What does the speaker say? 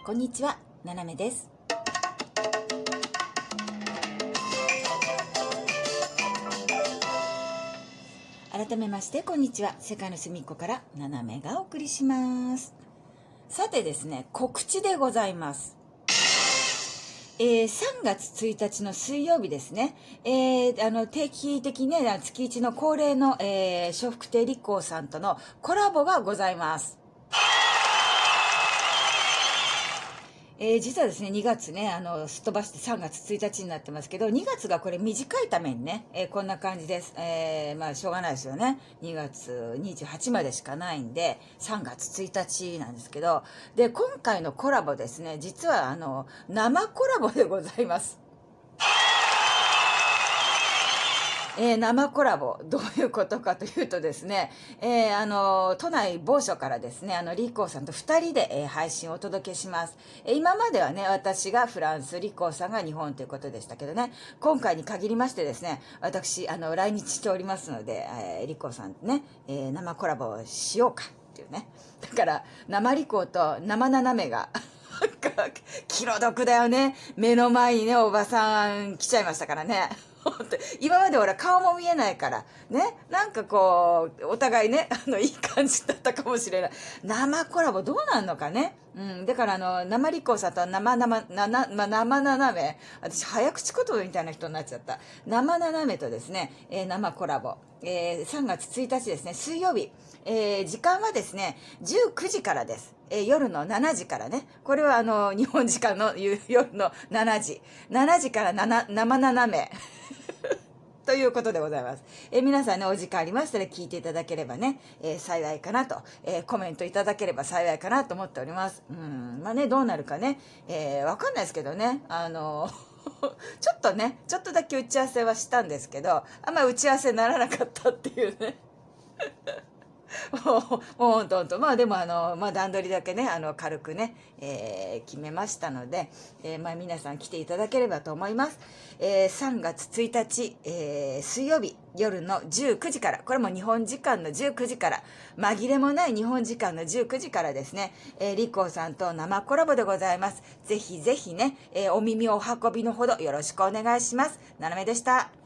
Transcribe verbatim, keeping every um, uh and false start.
こんにちは、ななめです。改めましてこんにちは、世界の隅っこからななめがお送りします。さてですね、告知でございます。えー、さんがつついたちの水曜日ですね、えー、あの定期的にね、月いちの恒例の、えー、笑福亭立光さんとのコラボがございます。えー、実はですね、にがつね、あの、すっ飛ばしてさんがつついたちになってますけど、にがつがこれ短いためにね、えー、こんな感じです。えー、まあ、しょうがないですよね。にがつにじゅうはちまでしかないんで、さんがつついたちなんですけど、で、今回のコラボですね、実はあの、生コラボでございます。えー、生コラボ、どういうことかというとですね、えー、あの、都内某所からですね、あの、リコーさんとふたりで、えー、配信をお届けします。えー、今まではね、私がフランス、リコーさんが日本ということでしたけどね、今回に限りましてですね、私、あの、来日しておりますので、えー、リコーさんとね、えー、生コラボをしようかっていうね。だから、生リコーと生斜めが、気の毒だよね。目の前にね、おばさん来ちゃいましたからね。今まで俺顔も見えないからね、なんかこうお互いね、あのいい感じだったかもしれない。生コラボどうなんのかね。うん、だからあの生リコーさんと生生なな、まあ、生斜め、私早口言葉みたいな人になっちゃった。生斜めとですね、えー、生コラボ、えー、さんがつついたちですね、水曜日、えー、時間はですねじゅうくじからです。えー、夜のしちじからね。これはあの日本時間の夜のしちじしちじからなな生斜めということでございます。えー、皆さんね、お時間ありましたら聞いていただければね、えー、幸いかなと、えー、コメントいただければ幸いかなと思っております。うん、まあね、どうなるかね、えー、わかんないですけどね、あのちょっとね、ちょっとだけ打ち合わせはしたんですけど、あんま打ち合わせにならなかったっていうね。もう、もうほんとほんと。まあでもあの、まあ段取りだけね、あの、軽くね、えー、決めましたので、えー、まあ皆さん来ていただければと思います。えー、さんがつついたち、えー、水曜日夜のじゅうくじから、これも日本時間のじゅうくじから、紛れもない日本時間のじゅうくじからですね、えー、リコーさんと生コラボでございます。ぜひぜひね、えー、お耳をお運びのほどよろしくお願いします。ななめでした。